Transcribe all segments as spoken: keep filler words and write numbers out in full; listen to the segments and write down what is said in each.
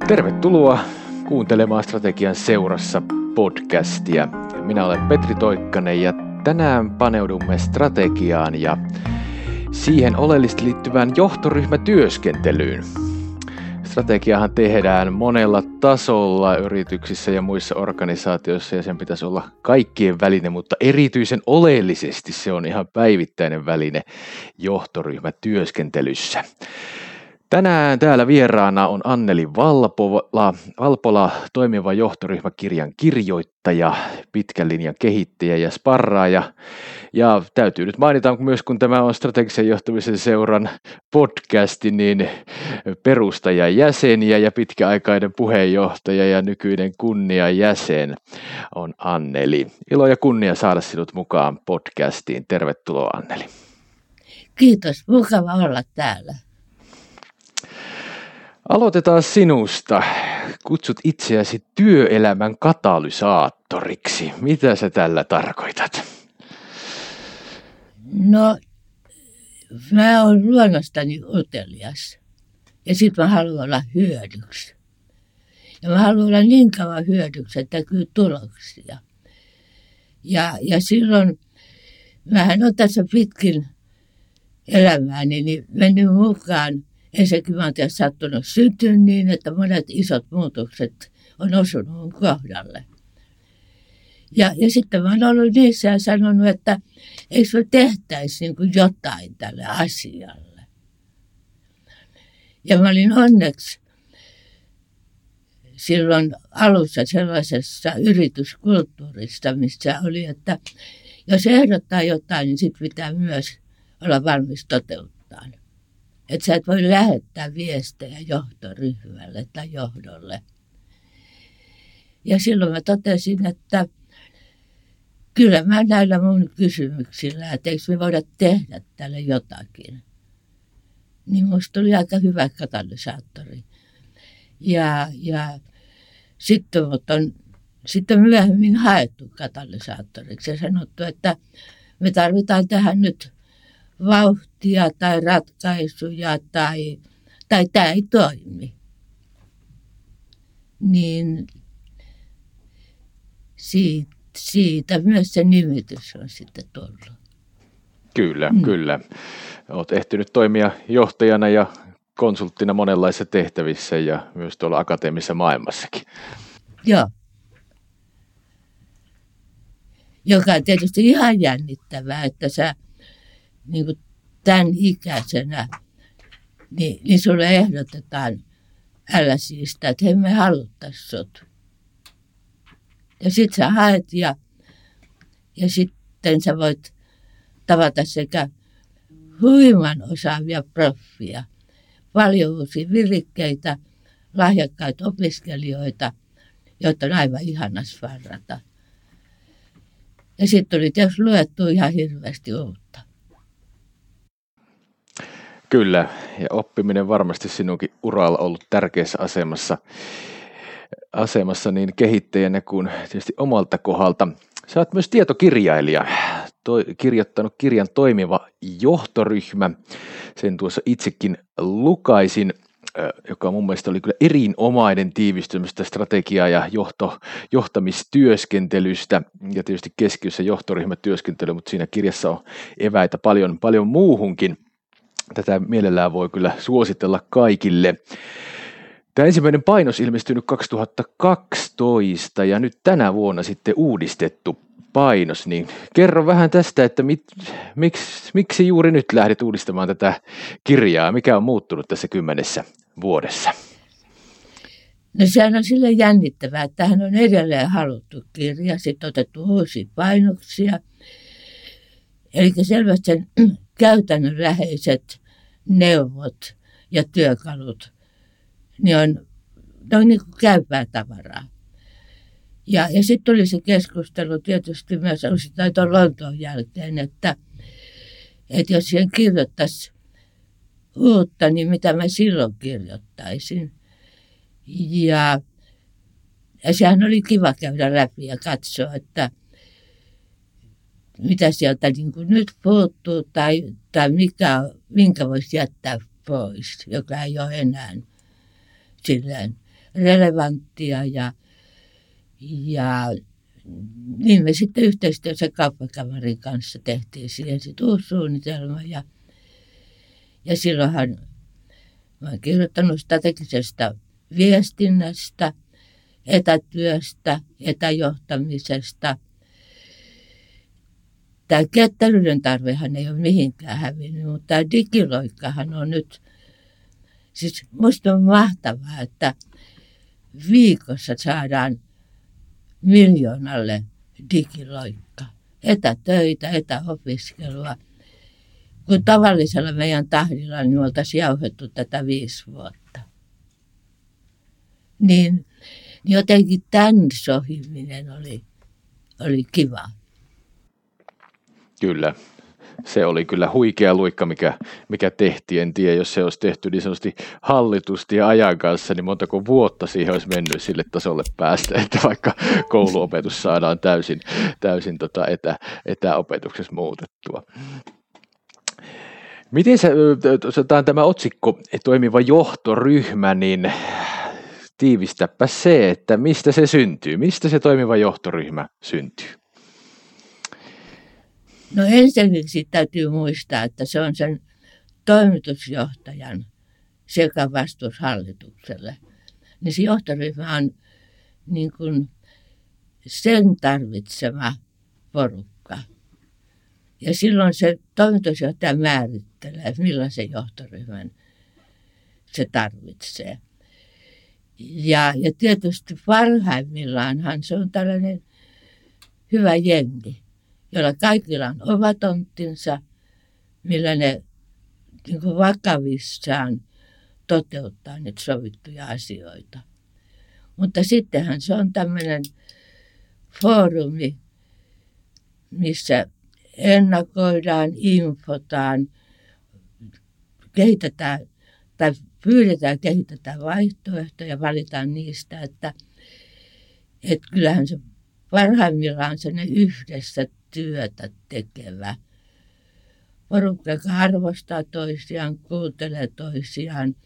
Tervetuloa kuuntelemaan Strategian seurassa podcastia. Minä olen Petri Toikkanen ja tänään paneudumme strategiaan ja siihen oleellisesti liittyvään johtoryhmätyöskentelyyn. Strategiahan tehdään monella tasolla yrityksissä ja muissa organisaatioissa ja sen pitäisi olla kaikkien väline, mutta erityisen oleellisesti se on ihan päivittäinen väline johtoryhmätyöskentelyssä. Tänään täällä vieraana on Anneli Valpola, Valpola toimiva johtoryhmäkirjan kirjoittaja, pitkän linjan kehittäjä ja sparraaja. Ja täytyy nyt mainita myös, kun tämä on strategisen johtamisen seuran podcasti, niin perustajajäseniä ja pitkäaikainen puheenjohtaja ja nykyinen kunniajäsen on Anneli. Ilo ja kunnia saada sinut mukaan podcastiin. Tervetuloa, Anneli. Kiitos, mukava olla täällä. Aloitetaan sinusta. Kutsut itseäsi työelämän katalysaattoriksi. Mitä sä tällä tarkoitat? No, mä oon luonnostani utelias. Ja sit mä haluan olla hyödyksi. Ja mä haluan olla niin kauan hyödyksi, että kyllä tuloksia. Ja, ja silloin, mähän on tässä pitkin elämääni niin mennyt mukaan. Ensinnäkin mä oon tässä sattunut syntyä niin, että monet isot muutokset on osunut mun kohdalle. Ja, ja sitten mä oon ollut niissä ja sanonut, että eikö me tehtäisi niin kuin jotain tälle asialle. Ja mä olin onneksi silloin alussa sellaisessa yrityskulttuurissa, missä oli, että jos ehdottaa jotain, niin sitten pitää myös olla valmis toteuttaa. Että sä et voi lähettää viestejä johtoryhmälle tai johdolle. Ja silloin mä totesin, että kyllä mä näillä mun kysymyksillä, että eikö me voida tehdä tälle jotakin. Niin musta tuli aika hyvä katalysaattori. Ja, ja sitten mut on sitten myöhemmin haettu katalysaattoriksi ja sanottu, että me tarvitaan tähän nyt vauhtia tai ratkaisuja tai, tai tämä ei toimi. Niin siitä, siitä myös se nimitys on sitten tullut. Kyllä, mm. kyllä. Olet ehtinyt toimia johtajana ja konsulttina monenlaisissa tehtävissä ja myös tuolla akateemisessa maailmassakin. Joo. Joka on tietysti ihan jännittävää, että sä niin kuin tämän ikäisenä, niin, niin sulle ehdotetaan älä siistä, että hei me haluttaisiin sut. Ja sit sä haet ja, ja sitten sä voit tavata sekä huiman osaavia proffia, paljon uusia virikkeitä, lahjakkaita opiskelijoita, joita on aivan ihana sparrata. Ja sitten tuli tietysti luettu ihan hirveästi uutta. Kyllä, ja oppiminen varmasti sinunkin uralla ollut tärkeässä asemassa, asemassa niin kehittäjänä kuin tietysti omalta kohdalta. Sä oot myös tietokirjailija, toi, kirjoittanut kirjan Toimiva johtoryhmä. Sen tuossa itsekin lukaisin, joka mun mielestä oli kyllä erinomainen tiivistymistä strategiaa ja johto, johtamistyöskentelystä ja tietysti keskiössä johtoryhmätyöskentely, mutta siinä kirjassa on eväitä paljon, paljon muuhunkin. Tätä mielellään voi kyllä suositella kaikille. Tämä ensimmäinen painos ilmestynyt kaksituhattakaksitoista ja nyt tänä vuonna sitten uudistettu painos. Niin kerro vähän tästä, että mit, miksi, miksi juuri nyt lähdit uudistamaan tätä kirjaa? Mikä on muuttunut tässä kymmenessä vuodessa? No sehän on sille jännittävää, että tähän on edelleen haluttu kirja, sitten otettu uusia painoksia. Eli selvästi sen käytännönläheiset neuvot ja työkalut, niin on, ne on niin kuin käypää tavaraa. Ja, ja sitten tuli se keskustelu tietysti myös osittain tuon Lontoon jälkeen, että, että jos siihen kirjoittaisi uutta, niin mitä mä silloin kirjoittaisin. Ja, ja sehän oli kiva käydä läpi ja katsoa, että mitä sieltä niin kuin nyt puuttuu tai, tai mikä, minkä voisi jättää pois, joka ei ole enää silleen relevanttia ja, ja niin me sitten yhteistyössä kauppakamarin kanssa tehtiin siihen sitten uusi suunnitelma ja, ja silloinhan mä olen kirjoittanut strategisesta viestinnästä, etätyöstä, etäjohtamisesta. Tämä ketteryyden tarvehan ei ole mihinkään hävinnyt, mutta tämä digiloikkahan on nyt, siis musta on mahtavaa, että viikossa saadaan miljoonalle digiloikka. Etätöitä, etäopiskelua. Kun tavallisella meidän tahdilla niin me oltaisiin jauhettu tätä viisi vuotta. Niin, niin jotenkin tämän sohiminen oli, oli kiva. Kyllä. Se oli kyllä huikea luikka, mikä, mikä tehtiin. En tiedä, jos se olisi tehty niin sanotusti hallitusti ja ajan kanssa, niin montako vuotta siihen olisi mennyt sille tasolle päästä, että vaikka kouluopetus saadaan täysin, täysin tota etä, etäopetuksessa muutettua. Miten se, tämä otsikko toimiva johtoryhmä, niin tiivistäpä se, että mistä se syntyy, mistä se toimiva johtoryhmä syntyy? No ensinnäkin täytyy muistaa, että se on sen toimitusjohtajan sekä vastuus hallitukselle. Niin se johtoryhmä on niin kuin sen tarvitsema porukka. Ja silloin se toimitusjohtaja määrittelee, millaisen johtoryhmän se tarvitsee. Ja, ja tietysti parhaimmillaanhan se on tällainen hyvä jengi, joilla kaikilla on oma tonttinsa, millä ne niin kuin vakavissaan toteuttaa niitä sovittuja asioita. Mutta sittenhän se on tämmöinen foorumi, missä ennakoidaan, infotaan, kehitetään tai pyydetään, kehitetään vaihtoehtoja, valitaan niistä, että, että kyllähän se parhaimmillaan se ne yhdessä työtä tekevä porukka, joka arvostaa toisiaan, kuuntelee toisiaan,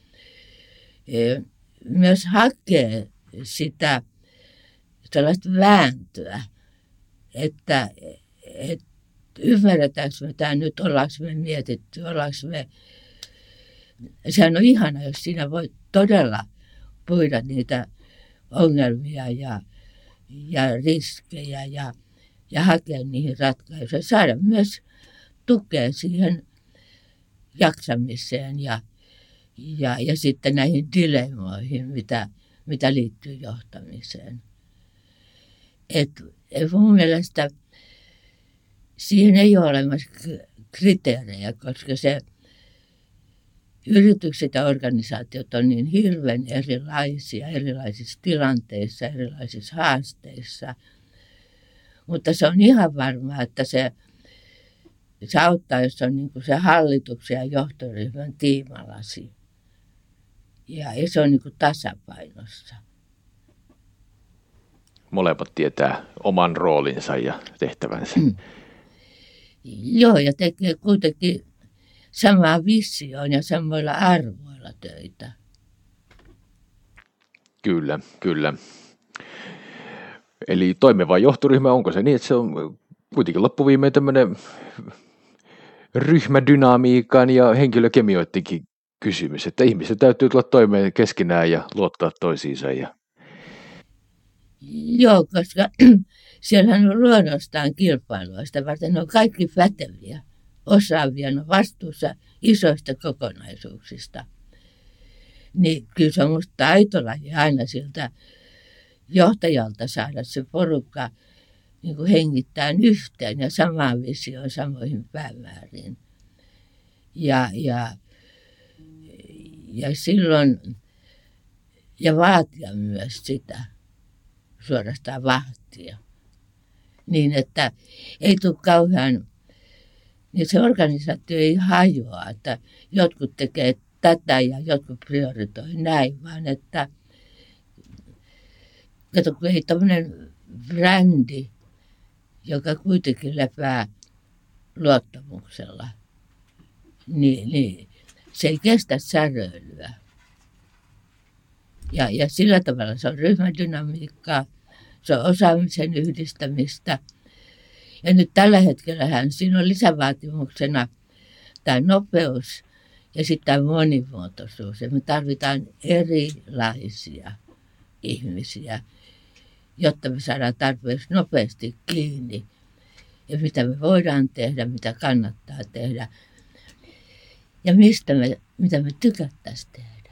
myös hakee sitä sellaista vääntöä, että, että ymmärretäänkö me tämä nyt, ollaanko me mietitty, ollaanko me. Sehän on ihana, jos siinä voi todella puida niitä ongelmia ja, ja riskejä ja, ja hakea niihin ratkaisuja. Saada myös tukea siihen jaksamiseen ja, ja, ja sitten näihin dilemmoihin, mitä, mitä liittyy johtamiseen. Et, et mun mielestä siihen ei ole olemassa kriteerejä, koska se yritykset ja organisaatiot on niin hirveän erilaisia, erilaisissa tilanteissa, erilaisissa haasteissa. Mutta se on ihan varmaa, että se, se auttaa, jos on niin kuin se hallituksen ja johtoryhmän tiimalasi. Ja, ja se on niin kuin tasapainossa. Molemmat tietää oman roolinsa ja tehtävänsä. Mm. Joo, ja tekee kuitenkin samaa visioon ja samoilla arvoilla töitä. Kyllä, kyllä. Eli toimiva johtoryhmä, onko se niin, että se on kuitenkin loppuviimein tämmöinen ryhmädynamiikan ja henkilökemioittenkin kysymys, että ihmiset täytyy tulla toimeen keskenään ja luottaa toisiinsa. Ja... Joo, koska siellähän on luonnostaan kilpailua, sitä varten ne on kaikki päteviä, osaavia, ne on vastuussa isoista kokonaisuuksista. Niin kyllä se on musta taitolaji aina siltä johtajalta saada se porukka niin kuin hengittämään yhteen ja samaan visioon, samoihin päämääriin. Ja, ja, ja silloin, ja vaatia myös sitä, suorastaan vahtia. Niin, että ei tule kauhean, niin se organisaatio ei hajoa, että jotkut tekee tätä ja jotkut prioritoi näin, vaan että kato, kun ei tämmöinen brändi, joka kuitenkin lepää luottamuksella, niin, niin se ei kestä säröilyä. Ja, ja sillä tavalla se on ryhmädynamiikkaa, se on osaamisen yhdistämistä. Ja nyt tällä hetkellähän siinä on lisävaatimuksena tämä nopeus ja sitten tämä monimuotoisuus. Ja me tarvitaan erilaisia ihmisiä, jotta me saadaan tarpeeksi nopeasti kiinni. Ja mitä me voidaan tehdä, mitä kannattaa tehdä ja mistä me, mitä me tykättäisiin tehdä.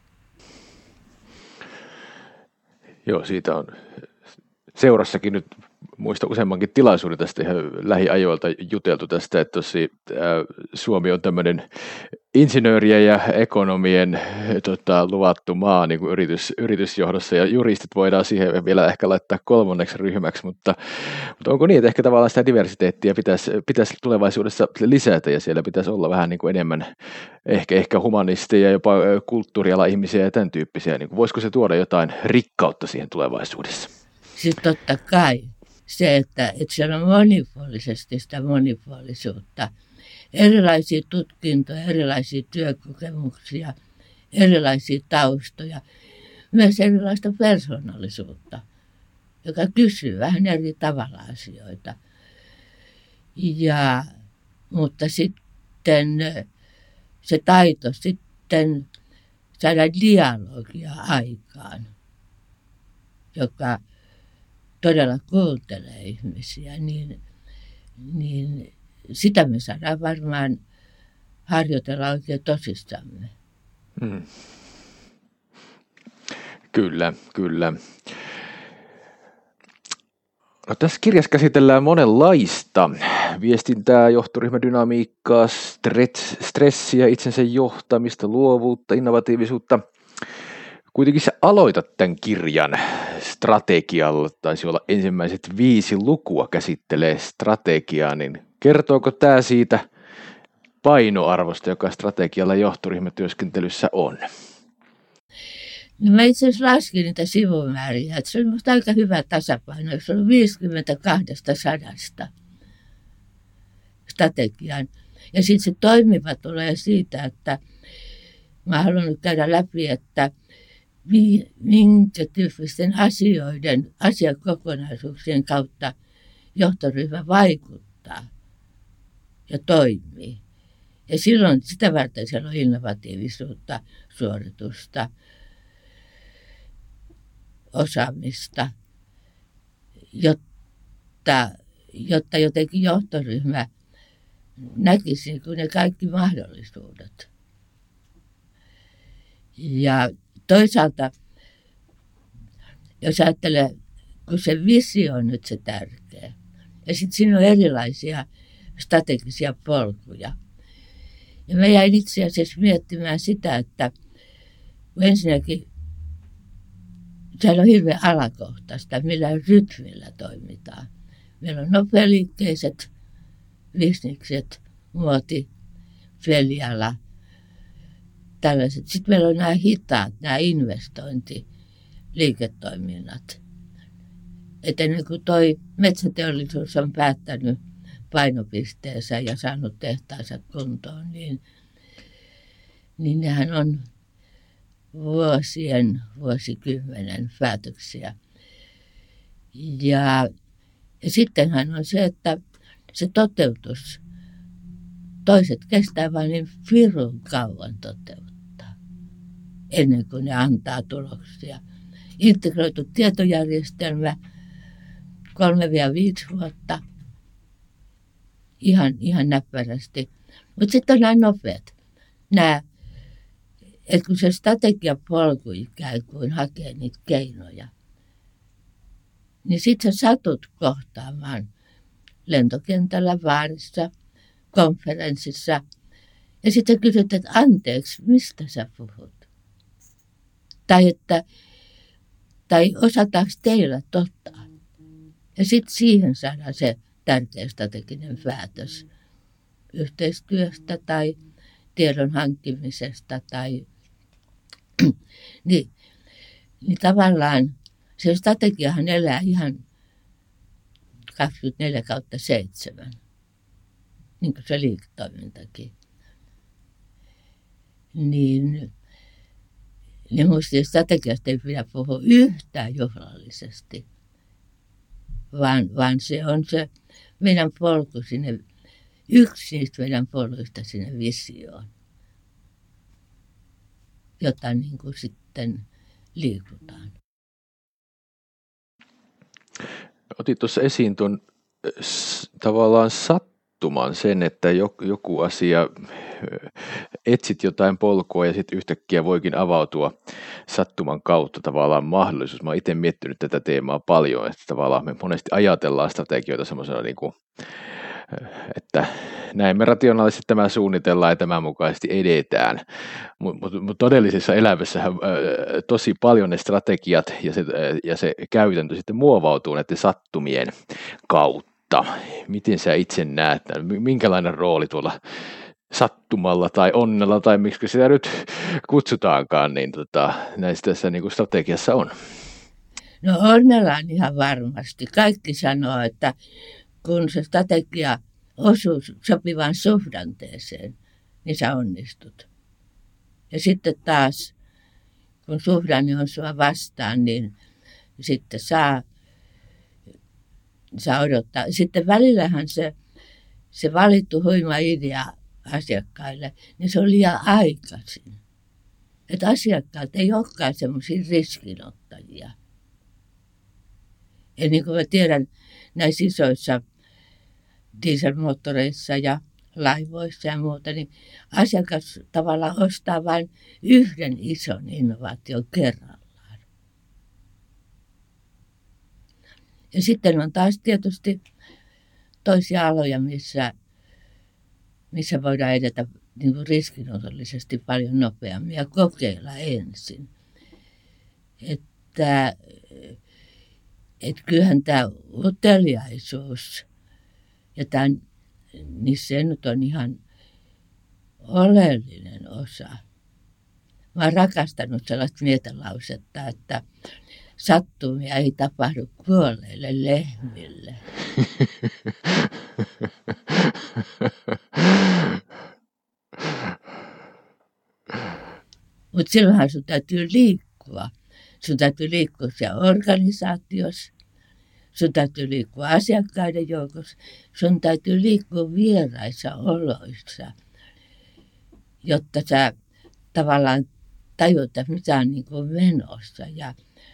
Joo, siitä on seurassakin nyt muista useammankin tilaisuuden tästä ihan lähiajoilta juteltu tästä, että tosi, ää, Suomi on tämmöinen insinöörien ja ekonomien tota, luvattu maa niin kuin yritys, yritysjohdossa, ja juristit voidaan siihen vielä ehkä laittaa kolmanneksi ryhmäksi, mutta, mutta onko niin, että ehkä tavallaan sitä diversiteettiä pitäisi, pitäisi tulevaisuudessa lisätä, ja siellä pitäisi olla vähän niin kuin enemmän ehkä, ehkä humanisteja, jopa kulttuuriala ihmisiä ja tämän tyyppisiä, niin kuin, voisiko se tuoda jotain rikkautta siihen tulevaisuudessa? Siis totta kai se, että, että siellä on monipuolisesti sitä monipuolisuutta, erilaisia tutkintoja, erilaisia työkokemuksia, erilaisia taustoja, myös erilaista persoonallisuutta, joka kysyy vähän eri tavalla asioita. Ja, mutta sitten se taito sitten saada dialogia aikaan, joka todella kuuntelee ihmisiä, niin, niin sitä me saadaan varmaan harjoitella oikein tosissamme. Hmm. Kyllä, kyllä. No, tässä kirjassa käsitellään monenlaista viestintää, johtoryhmädynamiikkaa, stressiä, itsensä johtamista, luovuutta, innovatiivisuutta. Kuitenkin sä aloitat tämän kirjan strategialla, taisi olla ensimmäiset viisi lukua käsittelee strategiaa, niin kertooko tämä siitä painoarvosta, joka strategialla johtoryhmätyöskentelyssä on? No mä itse asiassa laskin niitä sivumääriä, että se oli musta aika hyvä tasapaino, se oli viisikymmentäkaksi sadasta strategian. Ja sitten se toimiva tulee siitä, että mä haluan nyt käydä läpi, että minkä tyyppisten asioiden, asiakokonaisuuksien kautta johtoryhmä vaikuttaa ja toimii. Ja silloin sitä varten siellä on innovatiivisuutta, suoritusta, osaamista, jotta, jotta jotenkin johtoryhmä näkisi kun ne kaikki mahdollisuudet. Ja toisaalta, jos ajattelee, kun se visio on nyt se tärkeä, ja sitten siinä on erilaisia strategisia polkuja. Ja mä jäin itse asiassa miettimään sitä, että ensinnäkin siellä on hirveän alakohtaista, millä rytmillä toimitaan. Meillä on nopealiikkeiset bisnikset, muoti, peliala, tällaiset. Sitten meillä on nämä hitaat, nämä investointiliiketoiminnat. Että ennen kuin toi metsäteollisuus on päättänyt painopisteensä ja saanut tehtaansa kuntoon, niin, niin nehän on vuosien, vuosikymmenen päätöksiä. Ja, ja sittenhän on se, että se toteutus, toiset kestää vain niin pirun kauan toteuttaa, ennen kuin ne antaa tuloksia. Integroitu tietojärjestelmä, kolme ja viisi vuotta, ihan, ihan näppärästi. Mutta sitten on nämä nopeat, nämä, että kun se strategiapolku ikään kuin hakee niitä keinoja, niin sitten sä satut kohtaamaan lentokentällä, baarissa, konferenssissa. Ja sitten kysyt, että anteeksi, mistä sä puhut? Tai, että, tai osataanko teillä totta? Ja sitten siihen saadaan se tärkeä strateginen päätös yhteistyöstä tai tiedon hankkimisesta. Tai, niin, niin tavallaan se strategiahan elää ihan kaksikymmentäneljä kautta seitsemän, niin kuin se liiketoimintakin. Niin, niin musta strategiasta ei pidä puhua yhtään juhlallisesti, vaan, vaan se on se meidän polku sinne, yksi niistä meidän poluista sinne visioon, jota niin kuin sitten liikutaan. Otit tuossa esiin tuon s- tavallaan sattuman sen, että joku asia, etsit jotain polkua ja sitten yhtäkkiä voikin avautua sattuman kautta tavallaan mahdollisuus. Mä oon itse miettinyt tätä teemaa paljon, että tavallaan me monesti ajatellaan strategioita semmoisena niin kuin, että näin me rationaalisesti tämä suunnitellaan ja tämän mukaisesti edetään, mutta mut, mut todellisessa elämässähän ää, tosi paljon ne strategiat ja se, ää, ja se käytäntö sitten muovautuu näiden sattumien kautta. Miten sä itse näet, minkälainen rooli tuolla sattumalla tai onnella tai miksi sitä nyt kutsutaankaan, niin tota, näissä tässä niin kuin strategiassa on? No onnella on ihan varmasti. Kaikki sanoo, että kun se strategia osuu sopivaan suhdanteeseen, niin sä onnistut. Ja sitten taas, kun suhdanne on sua vastaan, niin sitten saa, saa odottaa. Sitten välillähän se, se valittu huima idea asiakkaille, niin se on liian aikaisin. Että asiakkaat ei olekaan semmoisia riskinottajia. Ja niin kuin mä tiedän, näissä isoissa dieselmoottoreissa ja laivoissa ja muuta, niin asiakas tavallaan ostaa vain yhden ison innovaation kerrallaan. Ja sitten on taas tietysti toisia aloja, missä, missä voidaan edetä niin kuin riskinotollisesti paljon nopeammin ja kokeilla ensin. Että, että kyllähän tämä uteliaisuus ja tämän, niin se nyt on ihan oleellinen osa. Mä oon rakastanut sellaista mietelausetta, että sattumia ei tapahdu kuolleille lehmille. Mutta silloinhan sun täytyy liikkua. Sun täytyy liikkua siellä organisaatiossa. Sun täytyy liikkua asiakkaiden joukossa. Sun täytyy liikkua vieraissa oloissa, jotta sä tavallaan tajuat, mitä on niin kuin menossa. Ja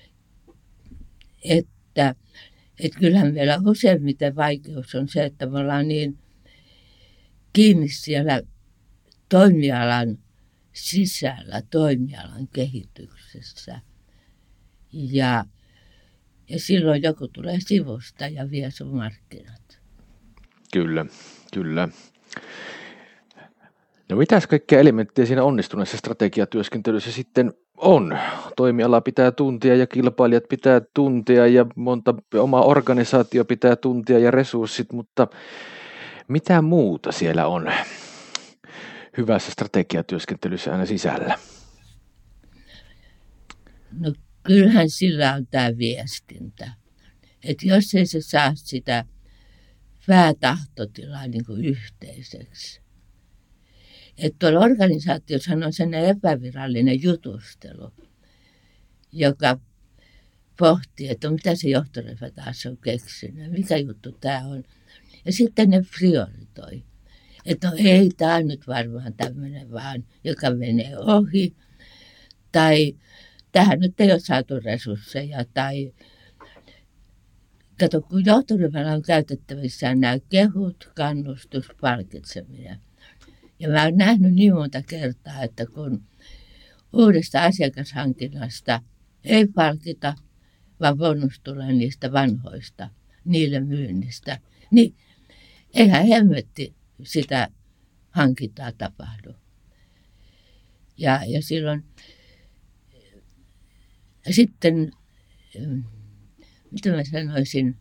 että, että kyllähän meillä useimmiten vaikeus on se, että me ollaan niin kiinni siellä toimialan sisällä, toimialan kehityksessä. Ja, ja silloin joku tulee sivusta ja vie sun markkinat. Kyllä, kyllä. No mitäs kaikkea elementtejä siinä onnistuneessa strategiatyöskentelyssä sitten on? Toimiala pitää tuntia ja kilpailijat pitää tuntia ja monta oma organisaatio pitää tuntia ja resurssit, mutta mitä muuta siellä on hyvässä strategiatyöskentelyssä aina sisällä? No kyllähän sillä on tämä viestintä. Että jos ei se saa sitä päätahtotilaa niin kuin yhteiseksi. Että tuolla organisaatiossa on sellainen epävirallinen jutustelu, joka pohtii, että mitä se johtoryhmä taas on keksinyt, mikä juttu tämä on. Ja sitten ne prioritoi. Että no ei, tämä on nyt varmaan tämmöinen vaan, joka menee ohi. Tai tähän nyt ei ole saatu resursseja. Tai kato, kun johtoryhmällä on käytettävissä nämä kehut, kannustus, palkitseminen. Ja mä oon nähnyt niin monta kertaa, että kun uudesta asiakashankinnasta ei palkita, vaan bonus tulee niistä vanhoista, niille myynnistä, niin eihän hemmetti sitä hankintaa tapahdu. Ja, ja silloin ja sitten, mitä mä sanoisin,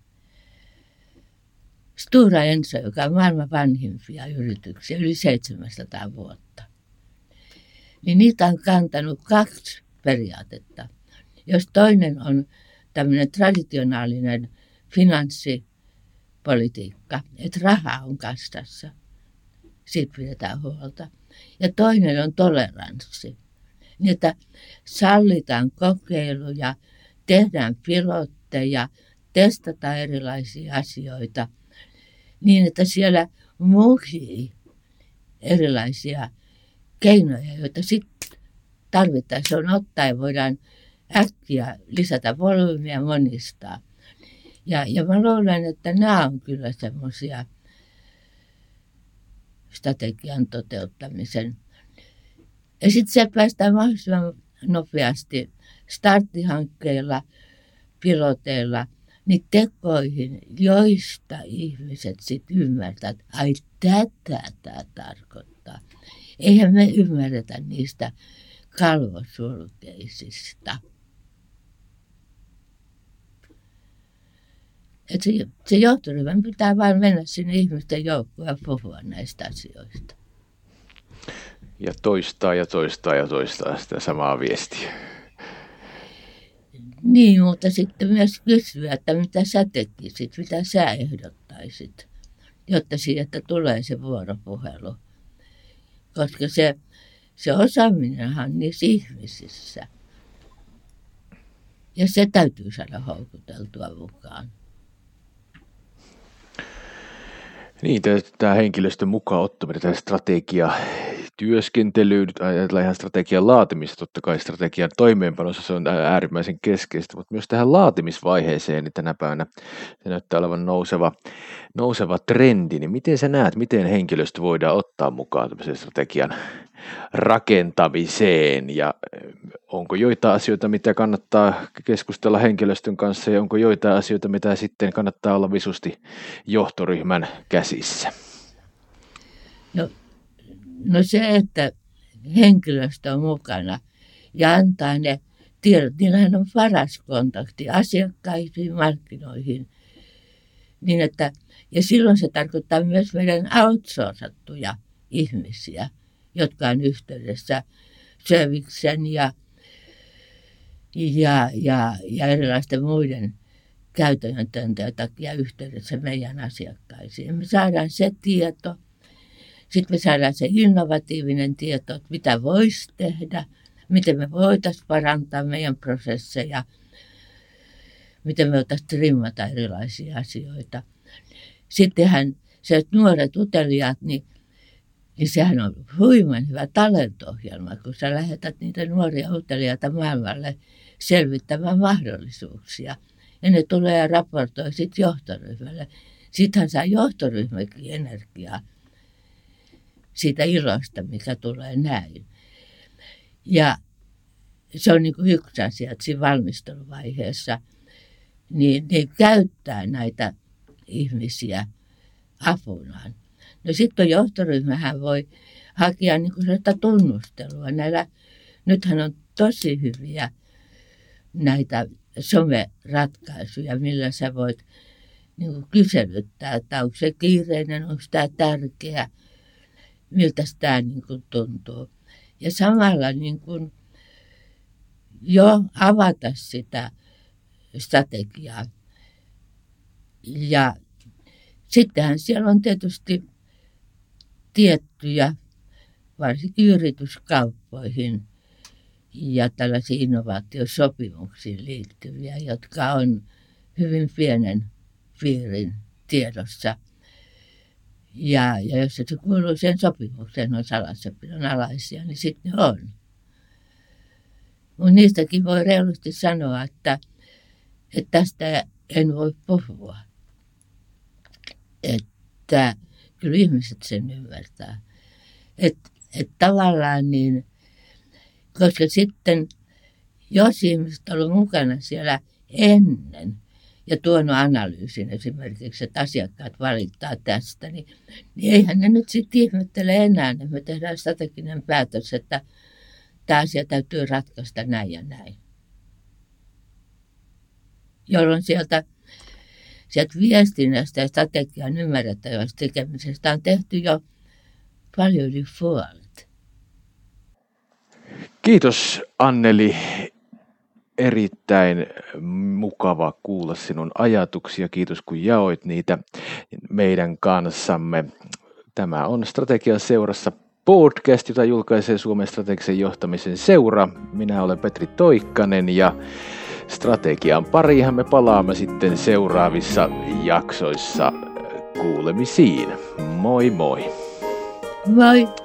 Stora Enso, joka on maailman vanhimpia yrityksiä, yli seitsemänsataa vuotta, niin niitä on kantanut kaksi periaatetta. Jos toinen on tämmöinen traditionaalinen finanssipolitiikka, että raha on kassassa, siitä pidetään huolta. Ja toinen on toleranssi, niin että sallitaan kokeiluja, tehdään pilotteja, testataan erilaisia asioita niin, että siellä muhii erilaisia keinoja, joita sitten tarvittaessa on ottaa ja voidaan äkkiä lisätä volyymiä monistaa. Ja, ja mä luulen, että nämä on kyllä semmoisia strategian toteuttamisen. Ja sitten se päästään mahdollisimman nopeasti starttihankkeilla, piloteilla, niin tekoihin, joista ihmiset sitten ymmärtävät, että ai tätä tämä tarkoittaa. Eihän me ymmärretä niistä kalvosulkeisista. Että se, se johtoryhmän pitää vain mennä sinne ihmisten joukkoon ja puhua näistä asioista. Ja toistaa ja toistaa ja toistaa sitä samaa viestiä. Niin, mutta sitten myös kysyä, että mitä sä tekisit, mitä sä ehdottaisit, jotta siitä tulee se vuoropuhelu. Koska se, se osaaminenhan on niissä ihmisissä. Ja se täytyy saada houkuteltua mukaan. Niin, tämä henkilöstön mukaan ottaminen tähän strategia työskentelyyn, ajatellaan ihan strategian laatimista, totta kai strategian toimeenpanossa se on äärimmäisen keskeistä, mutta myös tähän laatimisvaiheeseen niin tänä päivänä se näyttää olevan nouseva, nouseva trendi, niin miten sä näet, miten henkilöstö voidaan ottaa mukaan tämmöisen strategian rakentamiseen ja onko joitain asioita, mitä kannattaa keskustella henkilöstön kanssa ja onko joitain asioita, mitä sitten kannattaa olla visusti johtoryhmän käsissä? No, no se, että henkilöstö on mukana ja antaa ne tiedot, niillähän on paras kontakti asiakkaisiin, markkinoihin. Niin että, ja silloin se tarkoittaa myös meidän outsourcattuja ihmisiä, jotka on yhteydessä Servicen ja, ja, ja, ja erilaisten muiden käytännöntöjen takia yhteydessä meidän asiakkaisiin. Me saadaan se tieto, sitten me saadaan se innovatiivinen tieto, että mitä voisi tehdä, miten me voitaisiin parantaa meidän prosesseja, miten me voitaisiin trimmata erilaisia asioita. Sittenhän se nuoret uteliaat, niin Niin sehän on huiman hyvä talento-ohjelma, kun sä lähetät niitä nuoria uteliaita maailmalle selvittämään mahdollisuuksia. Ja ne tulee ja raportoi sitten johtoryhmälle. Sittenhän saa johtoryhmäkin energiaa siitä ilosta, mikä tulee näin. Ja se on niin kuin yksi asia, että siinä valmisteluvaiheessa niin, niin käyttää näitä ihmisiä apunaan. No sitten johtoryhmähän voi hakea niin kuin sellaista tunnustelua. Näillä, nythän on tosi hyviä näitä someratkaisuja, millä sä voit niin kuin kyselyttää, että onko se kiireinen, onko tämä tärkeä, miltä tämä niin kuin tuntuu. Ja samalla niin kuin jo avata sitä strategiaa. Ja sittenhän siellä on tietysti tiettyjä, varsinkin yrityskauppoihin ja tällaisiin innovaatiosopimuksiin liittyviä, jotka on hyvin pienen piirin tiedossa. Ja, ja jos se kuuluu sen sopimukseen, on salassapidon alaisia, niin sitten ne on. Mutta niistäkin voi reilusti sanoa, että, että tästä en voi puhua. Että kyllä ihmiset sen ymmärtää. Että et tavallaan niin, koska sitten jos ihmiset on ollut mukana siellä ennen ja tuonut analyysin esimerkiksi, että asiakkaat valittaa tästä, niin, niin eihän ne nyt sitten ihmettele enää, että me tehdään strateginen päätös, että tämä asia täytyy ratkaista näin ja näin. Jolloin sieltä Sieltä viestinnästä ja strategian ymmärrettävästä tekemisestä on tehty jo paljon yli puolet. Kiitos Anneli. Erittäin mukava kuulla sinun ajatuksia. Kiitos kun jaoit niitä meidän kanssamme. Tämä on Strategian seurassa podcast, jota julkaisee Suomen strategisen johtamisen seura. Minä olen Petri Toikkanen ja strategian pariinhan me palaamme sitten seuraavissa jaksoissa kuulemisiin. Moi moi! Moi!